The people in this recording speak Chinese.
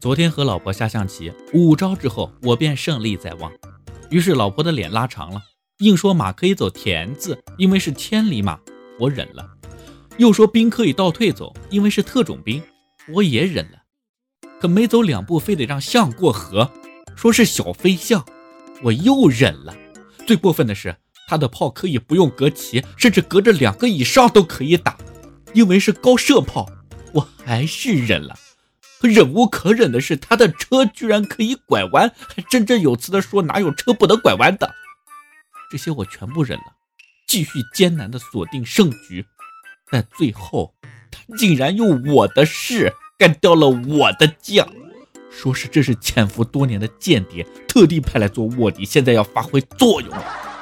昨天和老婆下象棋，5招之后我便胜利在望。于是老婆的脸拉长了，硬说马可以走田字，因为是千里马，我忍了。又说兵可以倒退走，因为是特种兵，我也忍了。可没走2步非得让象过河，说是小飞象，我又忍了。最过分的是他的炮可以不用隔棋，甚至隔着2个以上都可以打，因为是高射炮，我还是忍了。可忍无可忍的是他的车居然可以拐弯，还振振有词的说哪有车不能拐弯的。这些我全部忍了，继续艰难的锁定胜局。但最后他竟然用我的士干掉了我的将，说是这是潜伏多年的间谍，特地派来做卧底，现在要发挥作用了。